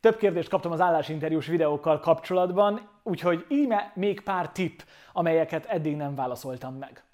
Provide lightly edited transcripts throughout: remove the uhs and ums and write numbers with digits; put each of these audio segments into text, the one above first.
Több kérdést kaptam az állásinterjús videókkal kapcsolatban, úgyhogy íme még pár tipp, amelyeket eddig nem válaszoltam meg.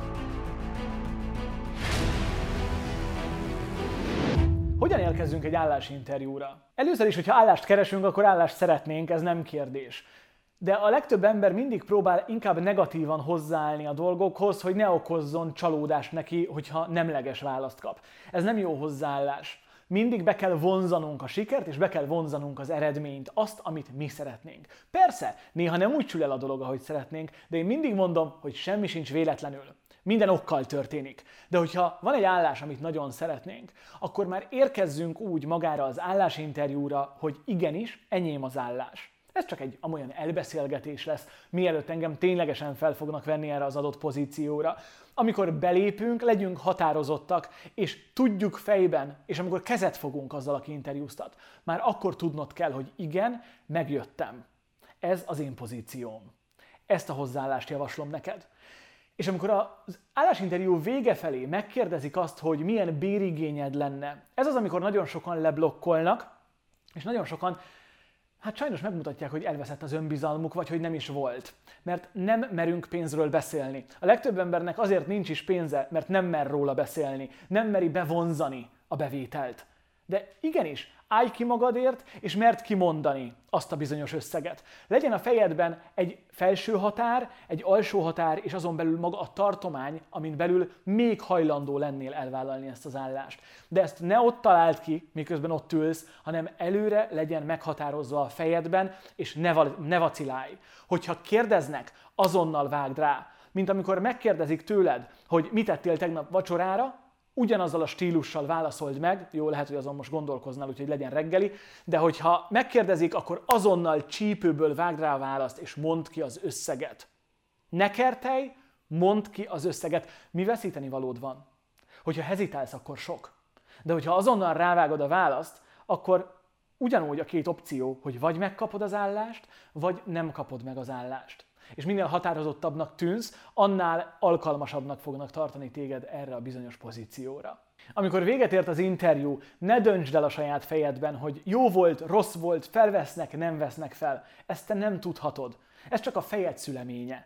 Hogyan érkezzünk egy állásinterjúra? Először is, hogyha állást keresünk, akkor állást szeretnénk, ez nem kérdés. De a legtöbb ember mindig próbál inkább negatívan hozzáállni a dolgokhoz, hogy ne okozzon csalódást neki, hogyha nemleges választ kap. Ez nem jó hozzáállás. Mindig be kell vonzanunk a sikert, és be kell vonzanunk az eredményt, azt, amit mi szeretnénk. Persze, néha nem úgy sül el a dolog, ahogy szeretnénk, de én mindig mondom, hogy semmi sincs véletlenül. Minden okkal történik. De hogyha van egy állás, amit nagyon szeretnénk, akkor már érkezzünk úgy magára az állásinterjúra, hogy igenis, enyém az állás. Ez csak egy amolyan elbeszélgetés lesz, mielőtt engem ténylegesen fel fognak venni erre az adott pozícióra. Amikor belépünk, legyünk határozottak, és tudjuk fejben, és amikor kezet fogunk azzal, aki interjúztat, már akkor tudnod kell, hogy igen, megjöttem. Ez az én pozícióm. Ezt a hozzáállást javaslom neked. És amikor az állásinterjú vége felé megkérdezik azt, hogy milyen bérigényed lenne, ez az, amikor nagyon sokan leblokkolnak, és nagyon sokan sajnos megmutatják, hogy elveszett az önbizalmuk, vagy hogy nem is volt. Mert nem merünk pénzről beszélni. A legtöbb embernek azért nincs is pénze, mert nem mer róla beszélni, nem meri bevonzani a bevételt. De igenis, állj ki magadért, és merd kimondani azt a bizonyos összeget. Legyen a fejedben egy felső határ, egy alsó határ, és azon belül maga a tartomány, amin belül még hajlandó lennél elvállalni ezt az állást. De ezt ne ott találd ki, miközben ott ülsz, hanem előre legyen meghatározva a fejedben, és ne vacilálj. Hogyha kérdeznek, azonnal vágd rá. Mint amikor megkérdezik tőled, hogy mit ettél tegnap vacsorára, ugyanazzal a stílussal válaszold meg, jó, lehet, hogy azon most gondolkoznál, úgyhogy legyen reggeli, de hogyha megkérdezik, akkor azonnal csípőből vágd rá a választ, és mondd ki az összeget. Ne kertelj, mondd ki az összeget. Mi veszíteni valód van? Hogyha hezitálsz, akkor sok. De hogyha azonnal rávágod a választ, akkor ugyanúgy a két opció, hogy vagy megkapod az állást, vagy nem kapod meg az állást. És minél határozottabbnak tűnsz, annál alkalmasabbnak fognak tartani téged erre a bizonyos pozícióra. Amikor véget ért az interjú, ne döntsd el a saját fejedben, hogy jó volt, rossz volt, felvesznek, nem vesznek fel. Ezt te nem tudhatod. Ez csak a fejed szüleménye.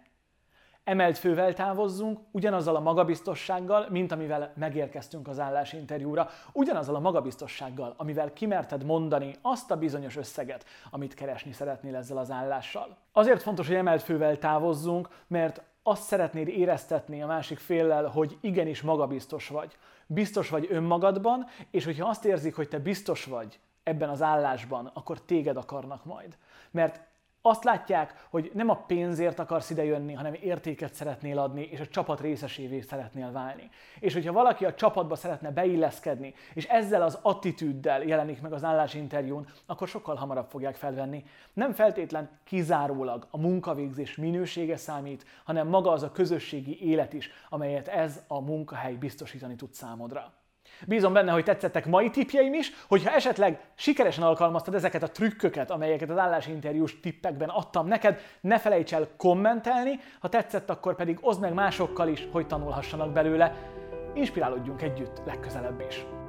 Emelt fővel távozzunk, ugyanazzal a magabiztossággal, mint amivel megérkeztünk az állásinterjúra, ugyanazzal a magabiztossággal, amivel kimerted mondani azt a bizonyos összeget, amit keresni szeretnél ezzel az állással. Azért fontos, hogy emelt fővel távozzunk, mert azt szeretnéd éreztetni a másik féllel, hogy igenis magabiztos vagy. Biztos vagy önmagadban, és hogyha azt érzik, hogy te biztos vagy ebben az állásban, akkor téged akarnak majd. Mert azt látják, hogy nem a pénzért akarsz idejönni, hanem értéket szeretnél adni, és a csapat részesévé szeretnél válni. És hogyha valaki a csapatba szeretne beilleszkedni, és ezzel az attitűddel jelenik meg az állásinterjún, akkor sokkal hamarabb fogják felvenni. Nem feltétlen kizárólag a munkavégzés minősége számít, hanem maga az a közösségi élet is, amelyet ez a munkahely biztosítani tud számodra. Bízom benne, hogy tetszettek mai tippjeim is, hogyha esetleg sikeresen alkalmaztad ezeket a trükköket, amelyeket az állásinterjús tippekben adtam neked, ne felejts el kommentelni, ha tetszett, akkor pedig oszd meg másokkal is, hogy tanulhassanak belőle. Inspirálódjunk együtt legközelebb is.